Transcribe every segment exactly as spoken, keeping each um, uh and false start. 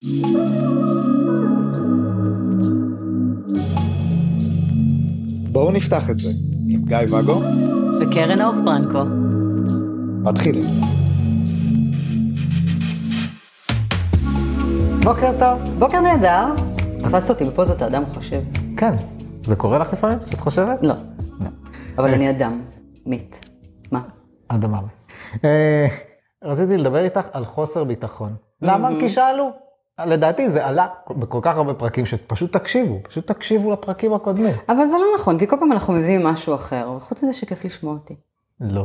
בואו נפתח את זה עם גיא וגו וקרן אור פרנקו. מתחילים. בוקר טוב. בוקר נהדר. תפסת אותי בפוזות האדם חושב. כן. זה קורה לך לפעמים שאת חושבת? לא. לא. אבל אני אדם. מת. מה? אדמה. רציתי לדבר איתך על חוסר ביטחון. למה? כי שאלו. לדעתי זה עלה בכל כך הרבה פרקים שפשוט תקשיבו, פשוט תקשיבו לפרקים הקודמים. אבל זה לא נכון, כי כל פעם אנחנו מביאים משהו אחר, וחוץ מזה שכיף לשמוע אותי. לא.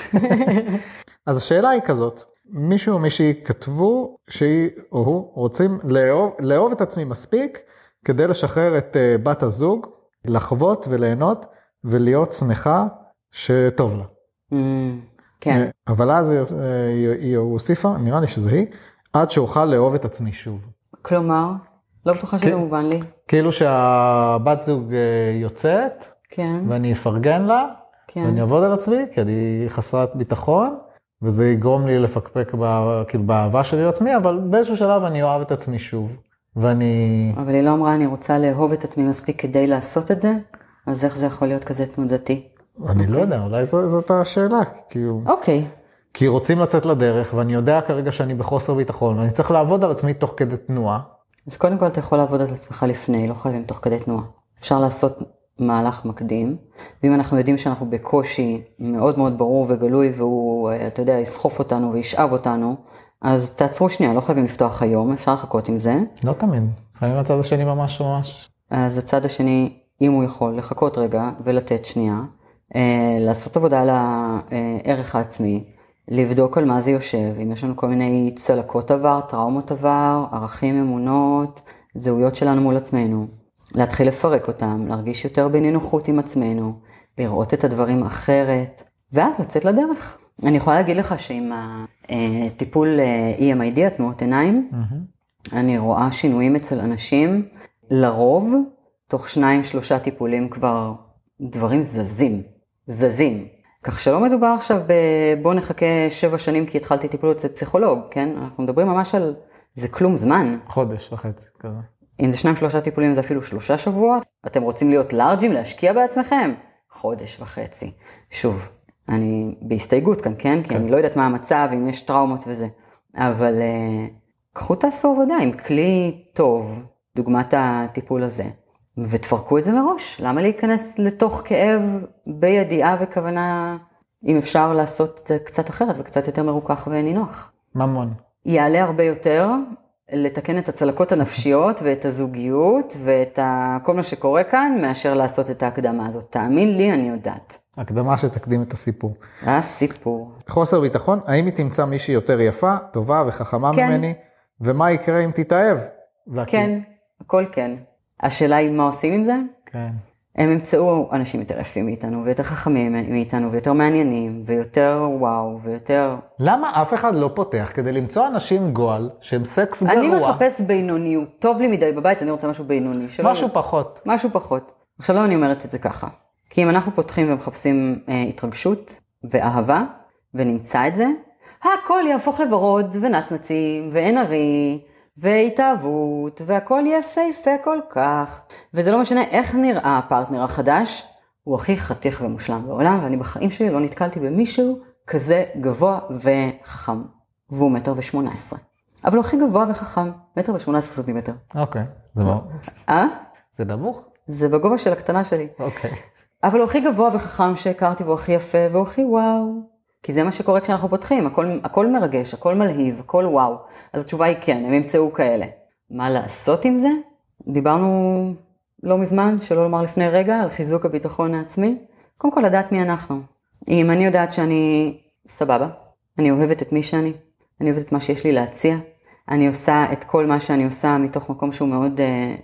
אז השאלה היא כזאת, מישהו או מישהי כתבו שהיא או הוא רוצים לאהוב, לאהוב את עצמי מספיק, כדי לשחרר את uh, בת הזוג, לחוות וליהנות, ולהיות שמחה שטוב לה. Mm, כן. אבל אז היא, היא, היא הוסיפה, נראה לי שזה היא, עד שאוכל לאהוב את עצמי שוב. כלומר, לא בטוחה שזה מובן לי. כאילו שהבת זוג יוצאת, כן. ואני אפרגן לה, כן. ואני אעבוד על עצמי, כי אני חסרת ביטחון, וזה יגרום לי לפקפק בא, כאילו באהבה שלי לעצמי, אבל באיזשהו שלב אני אוהב את עצמי שוב. ואני... אבל היא לא אמרה, אני רוצה לאהוב את עצמי מספיק כדי לעשות את זה, אז איך זה יכול להיות כזה תנודתי? אני לא יודע, אולי זאת השאלה, כאילו... אוקיי. כי רוצים לצאת לדרך, ואני יודע כרגע שאני בחוסר ביטחון, ואני צריך לעבוד על עצמי תוך כדי תנועה. אז קודם כל אתה יכול לעבוד על עצמך לפני, לא חייבים תוך כדי תנועה. אפשר לעשות מהלך מקדים, ואם אנחנו יודעים שאנחנו בקושי מאוד מאוד ברור וגלוי, והוא, אתה יודע, יסחוף אותנו וישאב אותנו, אז תעצרו שנייה, לא חייבים לפתוח היום, אפשר לחכות עם זה. לא תמיד, לפעמים הצד השני ממש ממש. אז הצד השני, אם הוא יכול, לחכות רגע ולתת שנייה, לעשות עבודה על הערך העצמי, לבדוק על מה זה יושב, אם יש לנו כל מיני צלקות עבר, טראומות עבר, ערכים, אמונות, זהויות שלנו מול עצמנו, להתחיל לפרק אותם, להרגיש יותר בנינוחות עם עצמנו, לראות את הדברים אחרת, ואז לצאת לדרך. אני יכולה להגיד לך שעם הטיפול E M I D, התנועות עיניים, mm-hmm. אני רואה שינויים אצל אנשים, לרוב, תוך שניים שלושה טיפולים כבר דברים זזים, זזים. כך שלא מדובר עכשיו בבוא נחכה שבע שנים כי התחלתי טיפול אצל פסיכולוג, כן? אנחנו מדברים ממש על, זה כלום זמן. חודש וחצי, כזה. אם זה שניים שלושה טיפולים זה אפילו שלושה שבועות, אתם רוצים להיות לארג'ים, להשקיע בעצמכם? חודש וחצי. שוב, אני בהסתייגות כאן, כן? כי כן. אני לא יודעת מה המצב, אם יש טראומות וזה. אבל uh, קחו תעשו עבודה עם כלי טוב, דוגמת הטיפול הזה. ותפרקו את זה מראש. למה להיכנס לתוך כאב בידיעה וכוונה, אם אפשר לעשות את זה קצת אחרת וקצת יותר מרוכך ונינוח? ממון. יעלה הרבה יותר לתקן את הצלקות הנפשיות ואת הזוגיות ואת כל מה שקורה כאן, מאשר לעשות את ההקדמה הזאת. תאמין לי, אני יודעת. הקדמה שתקדים את הסיפור. הסיפור. חוסר ביטחון, האם היא תמצא מישהי יותר יפה, טובה וחכמה כן. ממני, ומה יקרה אם תתאהב? כן, הכל כן. השאלה היא מה עושים עם זה? כן. הם ימצאו אנשים יותר יפים מאיתנו, ויותר חכמים מאיתנו, ויותר מעניינים, ויותר וואו, ויותר... למה אף אחד לא פותח כדי למצוא אנשים גועל, שהם סקס גרוע? אני מחפש בינוניות. טוב לי מדי בבית, אני רוצה משהו בינוני. שלא... משהו פחות. משהו פחות. עכשיו לא אני אומרת את זה ככה. כי אם אנחנו פותחים ומחפשים אה, התרגשות ואהבה, ונמצא את זה, הכל יהפוך לוורוד ונצנצים ואין הרי... והתאהבות, והכל יפה יפה כל כך. וזה לא משנה איך נראה הפרטנר החדש, הוא הכי חתיך ומושלם בעולם, ואני בחיים שלי לא נתקלתי במישהו כזה גבוה וחכם. והוא מטר ושמונה עשרה. אבל הוא הכי גבוה וחכם, מטר ושמונה עשרה סנטימטר. אוקיי, זה מה? אה? זה נמוך? זה בגובה של הקטנה שלי. אוקיי. אבל הוא הכי גבוה וחכם שהכרתי, והוא הכי יפה, והוא הכי וואו. כי זה מה שקורה כשאנחנו פותחים, הכל, הכל מרגש, הכל מלהיב, הכל וואו. אז התשובה היא כן, הם ימצאו כאלה. מה לעשות עם זה? דיברנו לא מזמן, שלא לומר לפני רגע, על חיזוק הביטחון העצמי. קודם כל לדעת מי אנחנו. אם אני יודעת שאני סבבה, אני אוהבת את מי שאני, אני אוהבת את מה שיש לי להציע, אני עושה את כל מה שאני עושה מתוך מקום שהוא מאוד uh,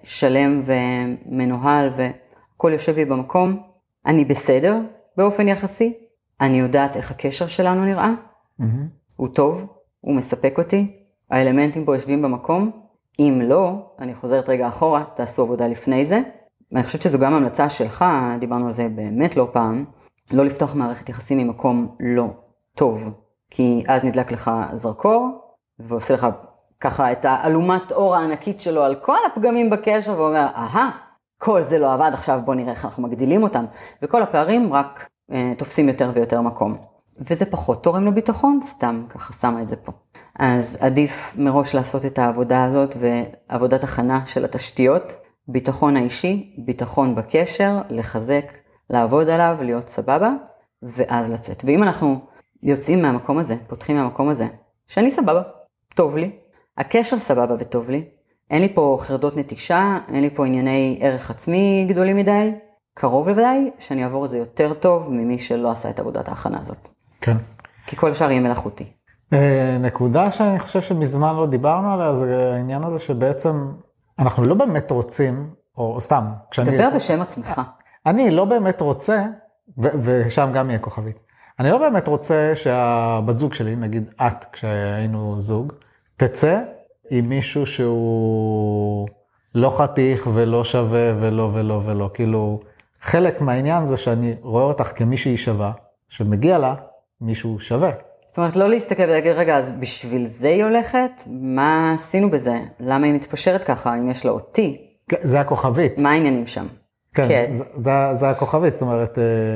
שלם ומנוהל, וכל יושב לי במקום, אני בסדר באופן יחסי, אני יודעת איך הקשר שלנו נראה, mm-hmm. הוא טוב, הוא מספק אותי, האלמנטים בו יושבים במקום, אם לא, אני חוזרת רגע אחורה, תעשו עבודה לפני זה, ואני חושבת שזו גם המלצה שלך, דיברנו על זה באמת לא פעם, לא לפתוח מערכת יחסים ממקום לא טוב, כי אז נדלק לך זרקור, ועושה לך ככה את האלומת אור הענקית שלו על כל הפגמים בקשר, ואומר, אהה, כל זה לא עבד, עכשיו בוא נראה איך אנחנו מגדילים אותם, וכל הפערים רק אה, תופסים יותר ויותר מקום. וזה פחות תורם לביטחון, סתם ככה שמה את זה פה. אז עדיף מראש לעשות את העבודה הזאת, ועבודת הכנה של התשתיות, ביטחון האישי, ביטחון בקשר, לחזק, לעבוד עליו, להיות סבבה, ואז לצאת. ואם אנחנו יוצאים מהמקום הזה, פותחים מהמקום הזה, שאני סבבה, טוב לי, הקשר סבבה וטוב לי, אין לי פה חרדות נטישה, אין לי פה ענייני ערך עצמי גדולים מדי, קרוב לוודאי שאני אעבור את זה יותר טוב ממי שלא עשה את עבודת ההכנה הזאת. כן. כי כל השאר יהיה מלאכותי. נקודה שאני חושב שמזמן לא דיברנו עליה, זה העניין הזה שבעצם אנחנו לא באמת רוצים, או סתם, כשאני... דבר בשם עצמך. אני לא באמת רוצה, ו- ושם גם יהיה כוכבית, אני לא באמת רוצה שהבת זוג שלי, נגיד את, כשהיינו זוג, תצא עם מישהו שהוא לא חתיך ולא שווה ולא ולא ולא. כאילו, חלק מהעניין זה שאני רואה אותך כמישהי שווה, שמגיע לה מישהו שווה. זאת אומרת, לא להסתכל ולהגיד, רגע, אז בשביל זה היא הולכת? מה עשינו בזה? למה היא מתפשרת ככה, אם יש לה אותי? זה הכוכבית. מה העניינים שם? כן, כן. זה, זה, זה הכוכבית. זאת אומרת,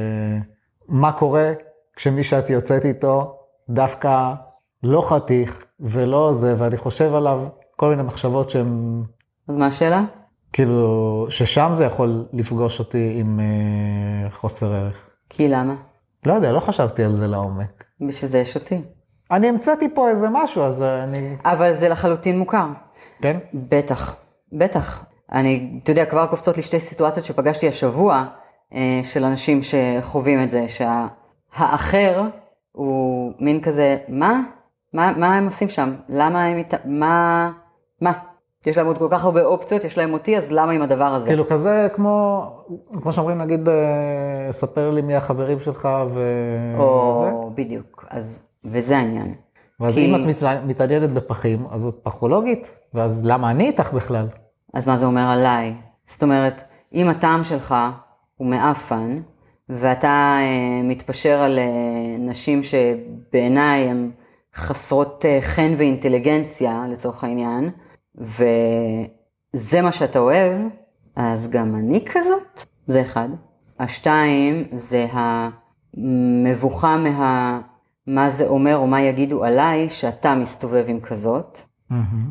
מה קורה כשמי שאת יוצאת איתו דווקא לא חתיך ולא זה, ואני חושב עליו כל מיני מחשבות שהן... אז מה השאלה? כאילו, ששם זה יכול לפגוש אותי עם אה, חוסר ערך. כי למה? לא יודע, לא חשבתי על זה לעומק. בשביל זה יש אותי. אני המצאתי פה איזה משהו, אז אני... אבל זה לחלוטין מוכר. כן? בטח, בטח. אני, אתה יודע, כבר קופצות לי שתי סיטואציות שפגשתי השבוע, אה, של אנשים שחווים את זה, שהאחר הוא מין כזה, מה? מה, מה הם עושים שם? למה הם... מה? מה? יש להם עוד כל כך הרבה אופציות, יש להם אותי, אז למה עם הדבר הזה? כאילו כזה כמו, כמו שאומרים, נגיד, ספר לי מי החברים שלך ו... או, בדיוק. אז, וזה העניין. ואז כי... אם את מתעניינת בפחים, אז את פחולוגית, ואז למה אני איתך בכלל? אז מה זה אומר עליי? זאת אומרת, אם הטעם שלך הוא מאפן, ואתה אה, מתפשר על אה, נשים שבעיניי הן חסרות אה, חן ואינטליגנציה, לצורך העניין, וזה מה שאתה אוהב, אז גם אני כזאת, זה אחד. השתיים, זה המבוכה מה... מה זה אומר או מה יגידו עליי שאתה מסתובב עם כזאת. Mm-hmm.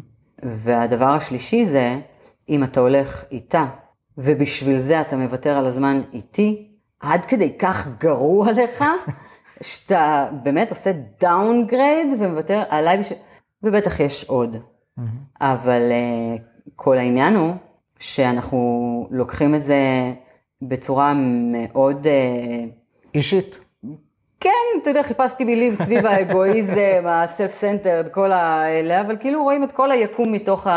והדבר השלישי זה, אם אתה הולך איתה, ובשביל זה אתה מוותר על הזמן איתי, עד כדי כך גרוע לך, שאתה באמת עושה דאונגרייד ומוותר עליי, בשביל... ובטח יש עוד. Mm-hmm. אבל uh, כל העניין הוא שאנחנו לוקחים את זה בצורה מאוד... Uh, אישית. כן, אתה יודע, חיפשתי מילים סביב האגואיזם, הסלף-סנטרד, כל האלה, אבל כאילו רואים את כל היקום מתוך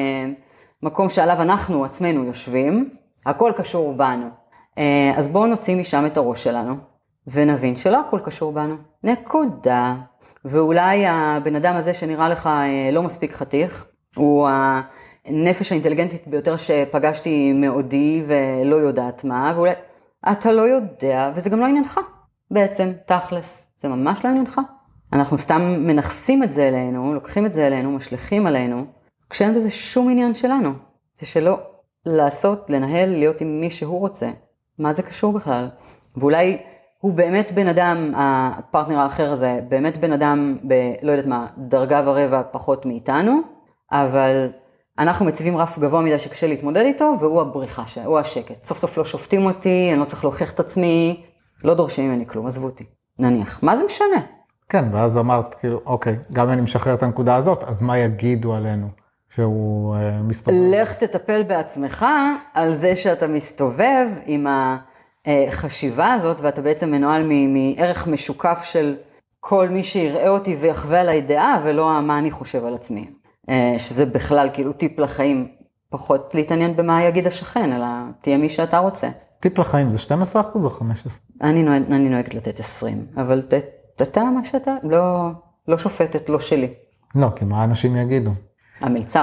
המקום שעליו אנחנו עצמנו יושבים, הכל קשור בנו. אז בואו נוציא משם את הראש שלנו, ונבין שלא הכל קשור בנו. נקודה. ואולי הבן אדם הזה שנראה לך לא מספיק חתיך, הוא הנפש האינטליגנטית ביותר שפגשתי מעודי ולא יודעת מה, ואולי אתה לא יודע, וזה גם לא עניינך. בעצם, תכלס, זה ממש לא עניינך. אנחנו סתם מנחסים את זה אלינו, לוקחים את זה אלינו, משליכים עלינו, כשאין בזה שום עניין שלנו. זה שלא לעשות, לנהל, להיות עם מי שהוא רוצה. מה זה קשור בכלל? ואולי הוא באמת בן אדם, הפרטנר האחר הזה, באמת בן אדם ב, לא יודעת מה, דרגה ורבע פחות מאיתנו, אבל אנחנו מציבים רף גבוה מדי שקשה להתמודד איתו, והוא הבריחה, הוא השקט. סוף סוף לא שופטים אותי, אני לא צריך להוכיח את עצמי, לא דורשים ממני כלום, עזבו אותי. נניח, מה זה משנה? כן, ואז אמרת, כאילו, אוקיי, גם אני משחרר את הנקודה הזאת, אז מה יגידו עלינו שהוא אה, מסתובב? לך תטפל בעצמך על זה שאתה מסתובב עם החשיבה הזאת, ואתה בעצם מנוהל מערך משוקף של כל מי שיראה אותי ויחווה על הידיעה, ולא מה אני חושב על עצמי. אה, שזה בכלל כאילו טיפ לחיים, פחות להתעניין במה יגיד השכן, אלא תהיה מי שאתה רוצה. טיפ לחיים זה שנים עשר אחוז או חמש עשרה? אני נוהג, אני נוהגת לתת עשרים, אבל אתה מה שאתה, לא, לא שופטת, לא שלי. לא, כי מה האנשים יגידו? המיצר.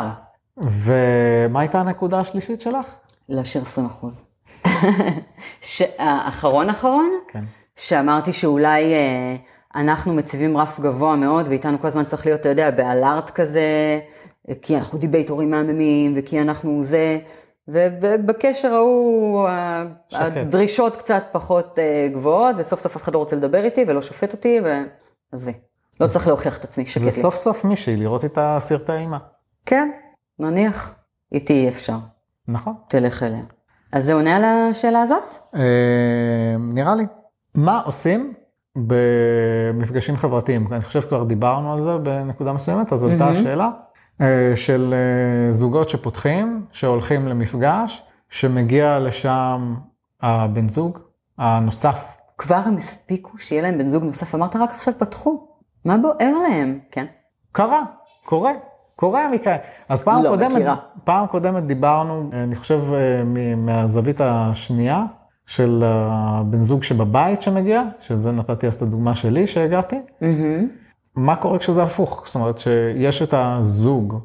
ומה הייתה הנקודה השלישית שלך? להשאיר עשרים אחוז. האחרון אחרון? כן. שאמרתי שאולי אה, אנחנו מציבים רף גבוה מאוד, ואיתנו כל הזמן צריך להיות, אתה יודע, באלארט כזה, כי אנחנו דיבייטורים מהממים, וכי אנחנו זה, ובקשר ההוא, הדרישות קצת פחות גבוהות, וסוף סוף אף אחד לא רוצה לדבר איתי, ולא שופט אותי, ועזבי. לא צריך להוכיח את עצמי, שקט לי. וסוף סוף מישהי, לראות את הסרטי האימה. כן, נניח, איתי אי אפשר. נכון. תלך אליה. אז זה עונה על השאלה הזאת? נראה לי. מה עושים במפגשים חברתיים? אני חושב כבר דיברנו על זה בנקודה מסוימת, אז עלתה השאלה של זוגות שפותחים, שהולכים למפגש, שמגיע לשם הבן זוג הנוסף. כבר הם הספיקו שיהיה להם בן זוג נוסף, אמרת רק עכשיו פתחו. מה בוער להם? כן. קרה, קורה. קורה המקרה. אז פעם לא קודמת, מכירה. פעם קודמת דיברנו, אני חושב, מהזווית השנייה של הבן זוג שבבית שמגיע, שזה נתתי אז את הדוגמה שלי שהגעתי. Mm-hmm. מה קורה כשזה הפוך? זאת אומרת שיש את הזוג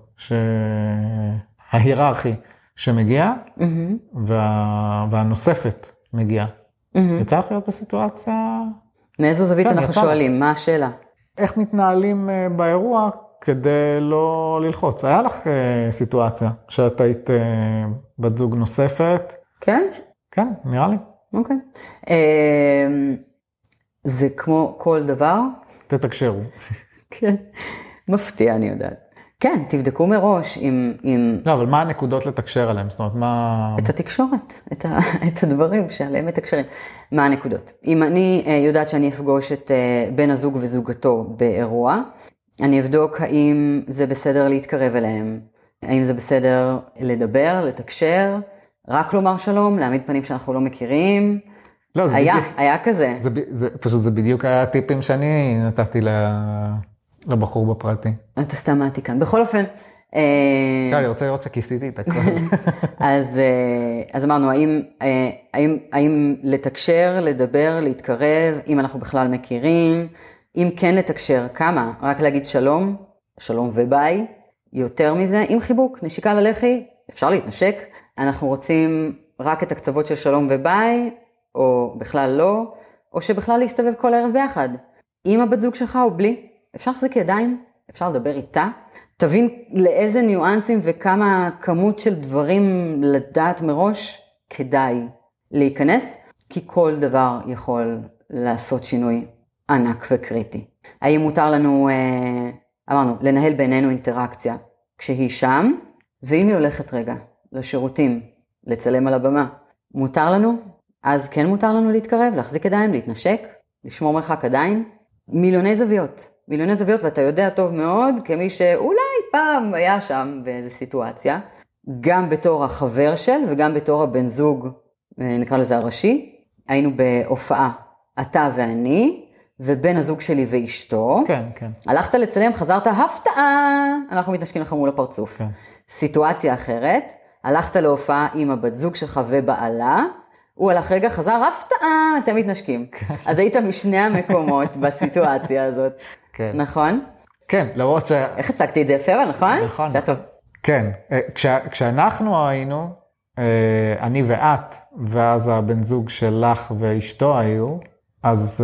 ההיררכי שמגיע, Mm-hmm. וה... והנוספת מגיעה. Mm-hmm. יצא לך להיות בסיטואציה? מאיזו זווית כן, אנחנו יצא. שואלים? מה השאלה? איך מתנהלים באירוע כדי לא ללחוץ? היה לך סיטואציה שאת היית בת זוג נוספת? כן? כן, נראה לי. אוקיי. זה כמו כל דבר? תתקשרו. כן. מפתיע, אני יודעת. כן, תבדקו מראש עם... עם... לא, אבל מה הנקודות לתקשר עליהם? זאת אומרת, מה... את התקשורת, את, ה... את הדברים שעליהם מתקשרים. מה הנקודות? אם אני יודעת שאני אפגוש את בן הזוג וזוגתו באירוע, אני אבדוק האם זה בסדר להתקרב אליהם, האם זה בסדר לדבר, לתקשר, רק לומר שלום, להעמיד פנים שאנחנו לא מכירים. לא, זה היה, בדיוק, היה כזה. זה, זה, פשוט זה בדיוק הטיפים שאני נתתי לבחור בפרטי. אתה סתם מעתי כאן. בכל אופן... לא, אני רוצה לראות שכיסיתי את הכל. אז, אז אמרנו, האם, האם, האם לתקשר, לדבר, להתקרב, אם אנחנו בכלל מכירים, אם כן לתקשר, כמה? רק להגיד שלום, שלום וביי, יותר מזה, עם חיבוק, נשיקה ללחי, אפשר להתנשק, אנחנו רוצים רק את הקצוות של שלום וביי, או בכלל לא, או שבכלל להסתובב כל ערב ביחד, עם הבת זוג שלך או בלי, אפשר להחזיק ידיים, אפשר לדבר איתה, תבין לאיזה ניואנסים וכמה כמות של דברים לדעת מראש, כדאי להיכנס, כי כל דבר יכול לעשות שינוי ענק וקריטי. האם מותר לנו, אמרנו, לנהל בינינו אינטראקציה כשהיא שם, ואם היא הולכת רגע לשירותים, לצלם על הבמה, מותר לנו? אז כן מותר לנו להתקרב, להחזיק ידיים, להתנשק, לשמור מרחק עדיין, מיליוני זוויות, מיליוני זוויות, ואתה יודע טוב מאוד, כמי שאולי פעם היה שם באיזו סיטואציה, גם בתור החבר של וגם בתור הבן זוג, נקרא לזה הראשי, היינו בהופעה, אתה ואני, ובן הזוג שלי ואשתו. כן, כן. הלכת לצלם, חזרת, הפתעה, אנחנו מתנשקים לך מול הפרצוף. כן. סיטואציה אחרת, הלכת להופעה עם הבת זוג שלך ובעלה, הוא הלך רגע, חזר, הפתעה, אתם מתנשקים. כן. אז היית משני המקומות בסיטואציה הזאת. כן. נכון? כן, למרות ש... איך הצגתי את זה יפה, נכון? נכון. זה טוב. כן, כש, כשאנחנו היינו, אני ואת, ואז הבן זוג שלך ואשתו היו, אז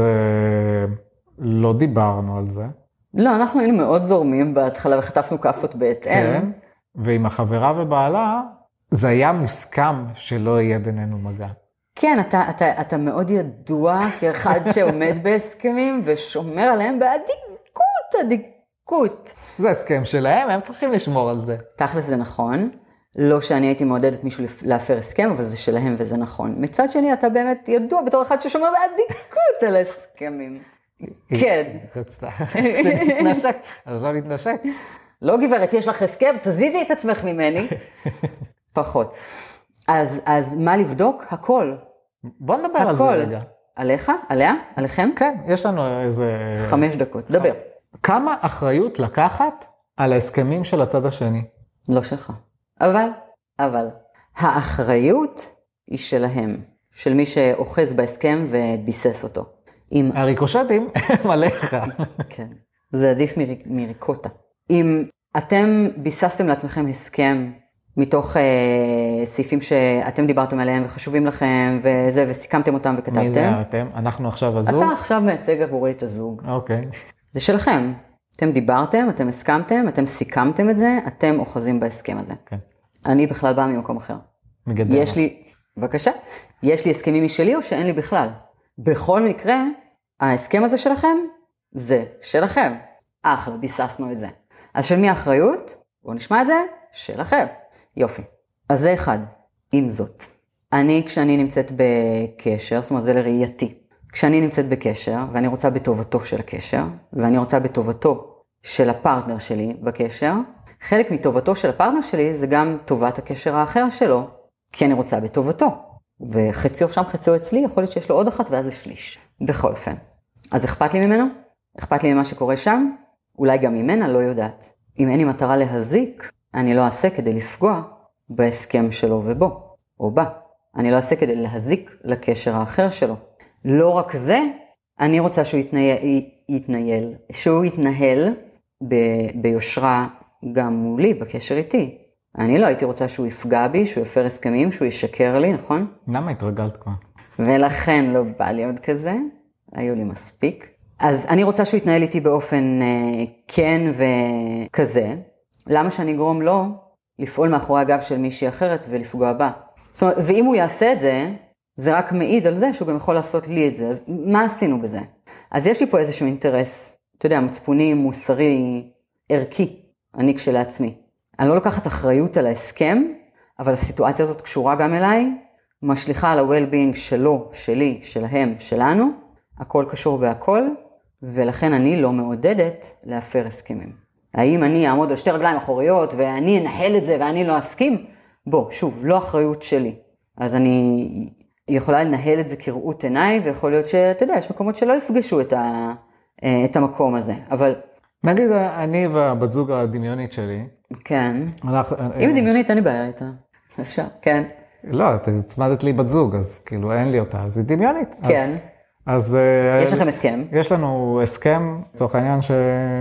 לא דיברנו על זה. לא, אנחנו היינו מאוד זורמים בהתחלה וחטפנו כפות בהתאם. כן, ועם החברה ובעלה, זה היה מוסכם שלא יהיה בינינו מגע. כן, אתה, אתה, אתה מאוד ידוע כאחד שעומד בהסכמים ושומר עליהם באדיקות, אדיקות. זה הסכם שלהם, הם צריכים לשמור על זה. תכלס זה נכון. לא שאני הייתי מעודדת מישהו להפר הסכם, אבל זה שלהם וזה נכון. מצד שני, אתה באמת ידוע בתור אחד ששומר באדיקות על הסכמים. כן. רצתה. שנתנשק, אז לא נתנשק. לא גברת, יש לך הסכם, תזיזי את עצמך ממני. פחות. אז, אז מה לבדוק? הכל. בוא נדבר על זה רגע. עליך? עליה? עליכם? כן, יש לנו איזה... חמש דקות, דבר. כמה אחריות לקחת על ההסכמים של הצד השני? לא שלך. אבל, אבל, האחריות היא שלהם, של מי שאוחז בהסכם וביסס אותו. אם... הריקושטים הם עליך. כן, זה עדיף מריק... מריקוטה. אם אתם ביססתם לעצמכם הסכם מתוך אה, סעיפים שאתם דיברתם עליהם וחשובים לכם, וזה, וסיכמתם אותם וכתבתם. מי זה אתם? אנחנו עכשיו הזוג? אתה עכשיו מייצג עבורי את הזוג. אוקיי. זה שלכם. אתם דיברתם, אתם הסכמתם, אתם סיכמתם את זה, אתם אוחזים בהסכם הזה. כן. אני בכלל באה ממקום אחר. מגדל. יש לי, בבקשה, יש לי הסכמים משלי או שאין לי בכלל? בכל מקרה, ההסכם הזה שלכם, זה שלכם. אחלה, ביססנו את זה. אז של מי האחריות? בואו נשמע את זה, שלכם. יופי. אז זה אחד. עם זאת, אני כשאני נמצאת בקשר, זאת אומרת זה לראייתי, כשאני נמצאת בקשר, ואני רוצה בטובתו של הקשר, ואני רוצה בטובתו של הפרטנר שלי בקשר, חלק מטובתו של הפרטנר שלי זה גם טובת הקשר האחר שלו, כי אני רוצה בטובתו. וחציו שם, חציו אצלי, יכול להיות שיש לו עוד אחת ואז זה שליש. בכל אופן. אז אכפת לי ממנו? אכפת לי ממה שקורה שם? אולי גם ממנה, לא יודעת. אם אין לי מטרה להזיק, אני לא אעשה כדי לפגוע בהסכם שלו ובו, או בה. אני לא אעשה כדי להזיק לקשר האחר שלו. לא רק זה, אני רוצה שהוא יתנהל, יתנהל שהוא יתנהל ב, ביושרה גם מולי, בקשר איתי. אני לא הייתי רוצה שהוא יפגע בי, שהוא יפר הסכמים, שהוא ישקר לי, נכון? למה התרגלת כבר? ולכן לא בא לי עוד כזה, היו לי מספיק. אז אני רוצה שהוא יתנהל איתי באופן אה, כן וכזה. למה שאני אגרום לו לפעול מאחורי הגב של מישהי אחרת ולפגוע בה? זאת אומרת, ואם הוא יעשה את זה, זה רק מעיד על זה שהוא גם יכול לעשות לי את זה. אז מה עשינו בזה? אז יש לי פה איזשהו אינטרס, אתה יודע, מצפוני, מוסרי, ערכי, אני כשלעצמי. אני לא לוקחת אחריות על ההסכם, אבל הסיטואציה הזאת קשורה גם אליי, משליחה על ה-well-being שלו, שלי, שלהם, שלנו, הכל קשור בהכל, ולכן אני לא מעודדת להפר הסכמים. האם אני אעמוד על שתי רגליים אחוריות, ואני אנהל את זה ואני לא אסכים? בוא, שוב, לא אחריות שלי. אז אני יכולה לנהל את זה כראות עיניי, ויכול להיות שאתה יודע, יש מקומות שלא יפגשו את, ה, את המקום הזה, אבל... נגיד, אני והבת זוג הדמיונית שלי. כן. אנחנו, אם דמיונית, אני בעיה איתה. אפשר, כן. לא, את הצמדת לי בת זוג, אז כאילו אין לי אותה, אז היא דמיונית. כן. אז... יש לכם הסכם? יש לנו הסכם, לצורך העניין, ש...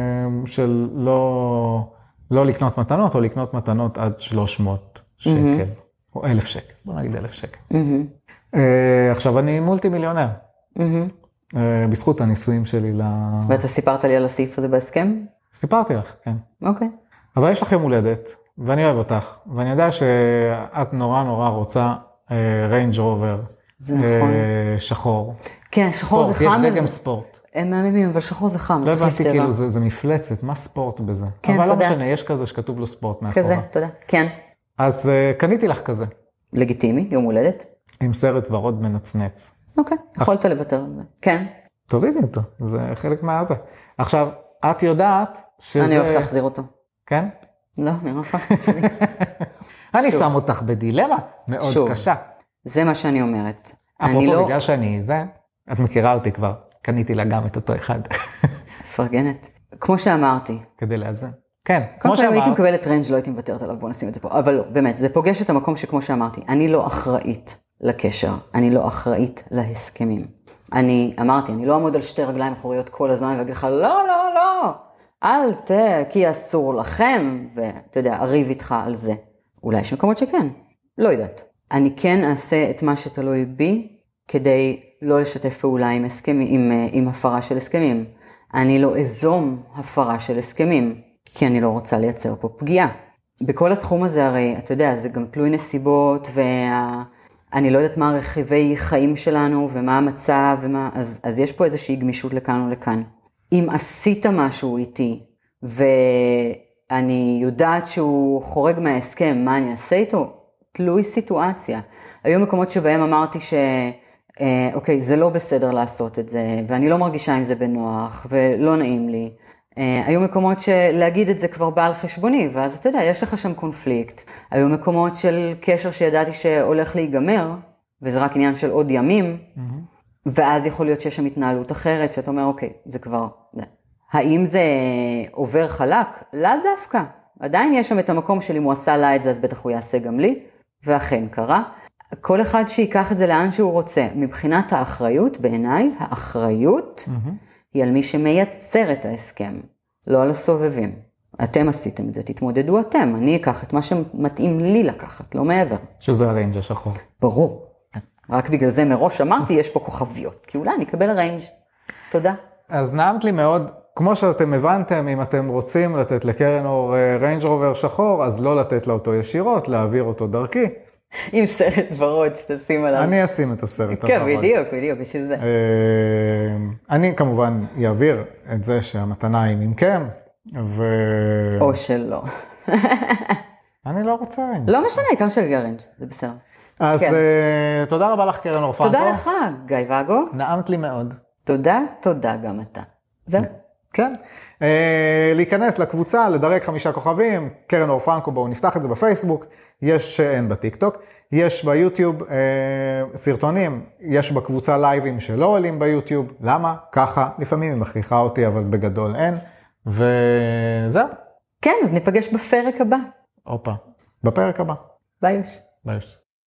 של לא, לא לקנות מתנות, או לקנות מתנות עד שלוש מאות שקל, mm-hmm. או אלף שקל, בוא נגיד אלף שקל. Mm-hmm. Uh, עכשיו, אני מולטי מיליונר. Mm-hmm. Uh, בזכות הניסויים שלי ל... ואתה סיפרת לי על הסעיף הזה בהסכם? סיפרתי לך, כן. אוקיי. Okay. אבל יש לך יום הולדת, ואני אוהב אותך, ואני יודע שאת נורא נורא רוצה ריינג' רובר. זה נכון. שחור. כן, שחור זה חם. יש דגם ספורט. הם מהממים, אבל שחור זה חם. לא הבנתי, כאילו, זה מפלצת, מה ספורט בזה? כן, תודה. אבל לא משנה, יש כזה שכתוב לו ספורט מאחורה. כזה, תודה. כן. אז קניתי לך כזה. לגיטימי, יום הולדת. עם סרט ורוד מנצנץ. אוקיי, יכולת לוותר על זה. כן. תורידי אותו, זה חלק מהזה. עכשיו, את יודעת שזה... אני הולכת להחזיר אותו. כן? לא, נראה לך. אני שם אותך בדילמה מאוד קשה. זה מה שאני אומרת. אפרופו, בגלל שאני זה, את מכירה אותי כבר, קניתי לה גם את אותו אחד. פרגנת. כמו שאמרתי. כדי לאזן. כן, כמו שאמרת. אם הייתי מקבלת רנג' לא הייתי מוותרת עליו, בוא נשים את זה פה. אבל לא, באמת, זה פוגש את המקום שכמו שאמרתי, אני לא אחראית לקשר, אני לא אחראית להסכמים. אני אמרתי, אני לא אעמוד על שתי רגליים אחוריות כל הזמן, ואגיד לך, לא, לא, לא, אל ת... כי אסור לכם, ואתה יודע, אריב איתך על זה. אולי יש מקומות שכן, לא יודעת. אני כן אעשה את מה שתלוי בי, כדי לא לשתף פעולה עם הסכמים, עם, עם הפרה של הסכמים. אני לא אזום הפרה של הסכמים, כי אני לא רוצה לייצר פה פגיעה. בכל התחום הזה הרי, אתה יודע, זה גם תלוי נסיבות, ואני לא יודעת מה רכיבי חיים שלנו, ומה המצב, ומה... אז, אז יש פה איזושהי גמישות לכאן או לכאן. אם עשית משהו איתי, ואני יודעת שהוא חורג מההסכם, מה אני אעשה איתו? תלוי סיטואציה. היו מקומות שבהם אמרתי ש... אוקיי, זה לא בסדר לעשות את זה, ואני לא מרגישה עם זה בנוח, ולא נעים לי. היו מקומות שלהגיד את זה כבר בא על חשבוני, ואז אתה יודע, יש לך שם קונפליקט. היו מקומות של קשר שידעתי שהולך להיגמר, וזה רק עניין של עוד ימים, mm-hmm. ואז יכול להיות שיש שם התנהלות אחרת, שאתה אומר, אוקיי, זה כבר... האם זה עובר חלק? לא דווקא. עדיין יש שם את המקום שלי, אם הוא עשה לה את זה, אז בטח הוא יעשה גם לי, ואכן קרה. כל אחד שיקח את זה לאן שהוא רוצה. מבחינת האחריות, בעיניי, האחריות mm-hmm. היא על מי שמייצר את ההסכם, לא על הסובבים. אתם עשיתם את זה, תתמודדו אתם, אני אקח את מה שמתאים לי לקחת, לא מעבר. שזה הריינג' השחור. ברור. רק בגלל זה מראש אמרתי, יש פה כוכביות, כי אולי אני אקבל ריינג'. תודה. אז נעמת לי מאוד, כמו שאתם הבנתם, אם אתם רוצים לתת לקרן אור ריינג' רובר שחור, אז לא לתת לה אותו ישירות, להעביר אותו דרכי. עם סרט ורוד שתשים עליו. אני אשים את הסרט הוורוד. כן, בדיוק, בדיוק, בשביל זה. אני כמובן אעביר את זה שהמתנה היא ממכם, ו... או שלא. אני לא רוצה ריינג'. לא משנה, עיקר של ריינג', זה בסדר. אז תודה רבה לך קרן אור פרנקו. תודה לך, גיא ואגו. נעמת לי מאוד. תודה, תודה גם אתה. זהו. כן. להיכנס לקבוצה, לדרג חמישה כוכבים, קרן אור פרנקו, בואו נפתח את זה בפייסבוק, יש אין בטיקטוק, יש ביוטיוב סרטונים, יש בקבוצה לייבים שלא עולים ביוטיוב, למה? ככה, לפעמים היא מכריחה אותי, אבל בגדול אין, וזהו. כן, אז ניפגש בפרק הבא. אופה, בפרק הבא. ביי יוש. ביי יוש.